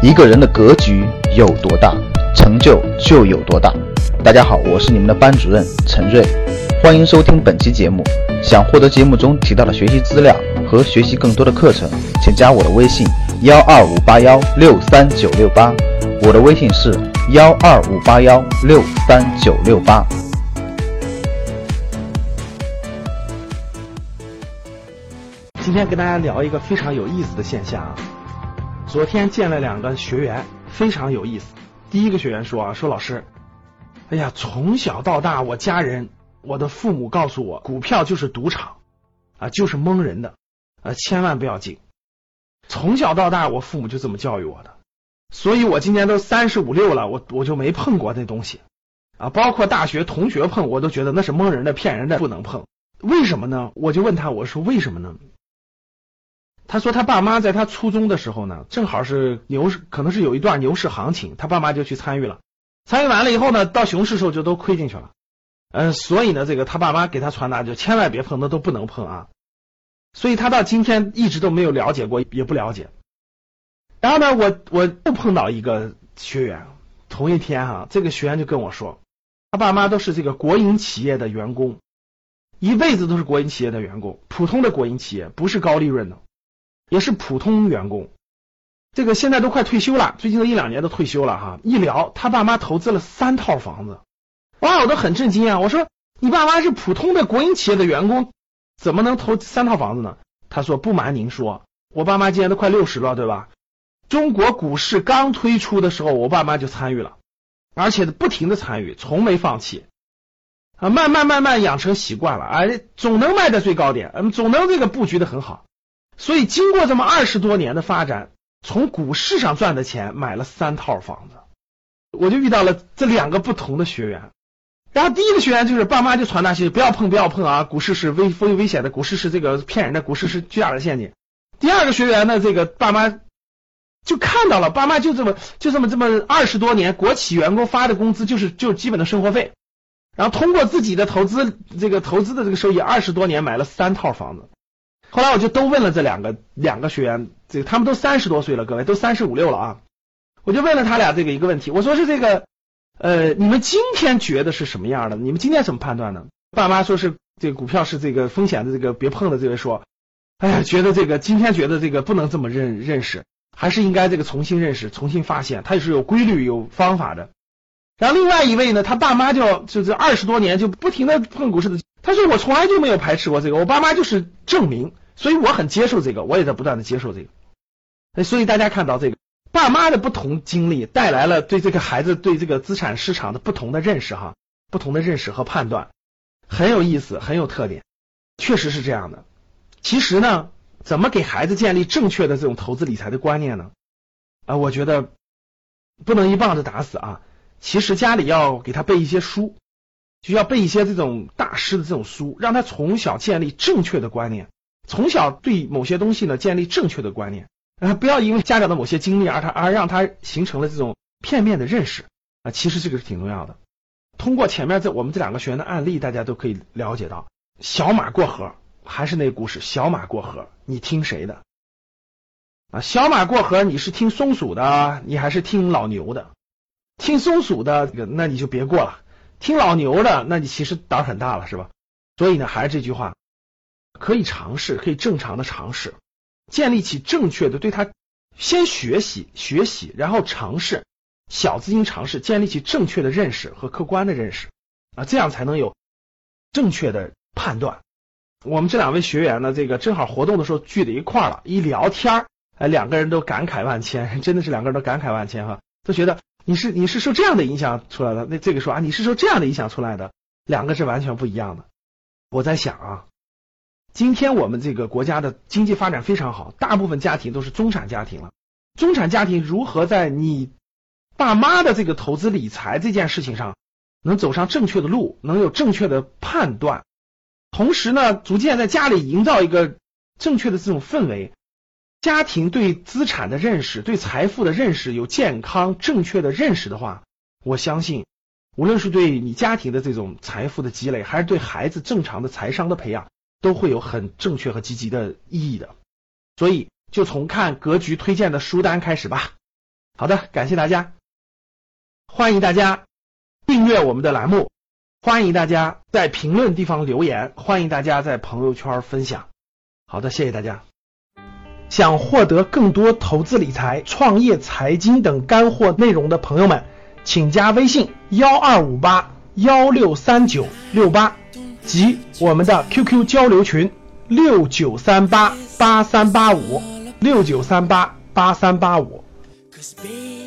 一个人的格局有多大，成就有多大。大家好，我是你们的班主任陈瑞，欢迎收听本期节目。想获得节目中提到的学习资料和学习更多的课程，请加我的微信12581639668，我的微信是12581639668。 今天跟大家聊一个非常有意思的现象啊。昨天见了两个学员，非常有意思。第一个学员说老师，哎呀，从小到大我家人我的父母告诉我，股票就是赌场啊，就是蒙人的千万不要进。从小到大我父母就这么教育我的，所以我今年都35、36了，我就没碰过那东西啊，包括大学同学碰我都觉得那是蒙人的骗人的，不能碰。为什么呢？我就问他，我说为什么呢？他说他爸妈在他初中的时候呢，正好是可能是有一段牛市行情，他爸妈就去参与了，参与完了以后呢，到熊市时候就都亏进去了。所以呢，这个他爸妈给他传达就千万别碰，那都不能碰啊。所以他到今天一直都没有了解过，也不了解。然后呢，我又碰到一个学员，同一天哈，这个学员就跟我说，他爸妈都是这个国营企业的员工，一辈子都是国营企业的员工，普通的国营企业，不是高利润的。也是普通员工，这个现在都快退休了，最近都1、2年都退休了哈。一聊他爸妈投资了3套房子，哇，我都很震惊啊！我说你爸妈是普通的国营企业的员工，怎么能投3套房子呢？他说不瞒您说，我爸妈今年都快60了，对吧？中国股市刚推出的时候，我爸妈就参与了，而且不停的参与，从没放弃啊，慢慢养成习惯了，总能卖在最高点，总能这个布局的很好。所以经过这么20多年的发展，从股市上赚的钱买了3套房子。我就遇到了这2个不同的学员。然后第一个学员就是爸妈就传达不要碰啊，股市是危险的，股市是这个骗人的，股市是巨大的陷阱。第二个学员呢，这个爸妈就看到了，爸妈就这么20多年国企员工发的工资就是基本的生活费，然后通过自己的投资的这个收益20多年买了3套房子。后来我就都问了这两个学员，这个他们都30多岁了，各位都35、36了啊。我就问了他俩这个一个问题，我说是这个你们今天觉得是什么样的？你们今天怎么判断呢？爸妈说是这个股票是这个风险的，这个别碰的。这位说，哎呀，觉得这个今天觉得这个不能这么认识，还是应该这个重新认识、重新发现，它也是有规律、有方法的。然后另外一位呢，他爸妈就是20多年就不停的碰股市的。他说我从来就没有排斥过这个，我爸妈就是证明，所以我很接受这个，我也在不断的接受这个。所以大家看到这个爸妈的不同经历带来了对这个孩子对这个资产市场的不同的认识哈，不同的认识和判断，很有意思，很有特点，确实是这样的。其实呢，怎么给孩子建立正确的这种投资理财的观念呢？我觉得不能一棒子打死啊。其实家里要给他背一些书，就要背一些这种大师的这种书，让他从小建立正确的观念，从小对某些东西呢建立正确的观念，不要因为家长的某些经历而让他形成了这种片面的认识啊。其实这个是挺重要的。通过前面我们这2个学员的案例，大家都可以了解到，小马过河，还是那个故事，小马过河，你听谁的啊？小马过河，你是听松鼠的，你还是听老牛的？听松鼠的那你就别过了，听老牛的那你其实胆很大了，是吧？所以呢，还是这句话，可以尝试，可以正常的尝试，建立起正确的对他先学习，然后尝试，小资金尝试，建立起正确的认识和客观的认识啊，这样才能有正确的判断。我们这2位学员呢，这个正好活动的时候聚在一块了，一聊天2个人都感慨万千，真的是2个人都感慨万千哈，都觉得你是受这样的影响出来的，那这个说你是受这样的影响出来的，2个是完全不一样的。我在想啊，今天我们这个国家的经济发展非常好，大部分家庭都是中产家庭了，中产家庭如何在你爸妈的这个投资理财这件事情上能走上正确的路，能有正确的判断，同时呢，逐渐在家里营造一个正确的这种氛围，家庭对资产的认识，对财富的认识有健康正确的认识的话，我相信无论是对你家庭的这种财富的积累，还是对孩子正常的财商的培养，都会有很正确和积极的意义的。所以就从看格局推荐的书单开始吧。 好的，感谢大家，欢迎大家订阅我们的栏目，欢迎大家在评论地方留言，欢迎大家在朋友圈分享。好的，谢谢大家。想获得更多投资理财、创业、财经等干货内容的朋友们，请加微信1258163968及我们的 QQ 交流群6938838569388385。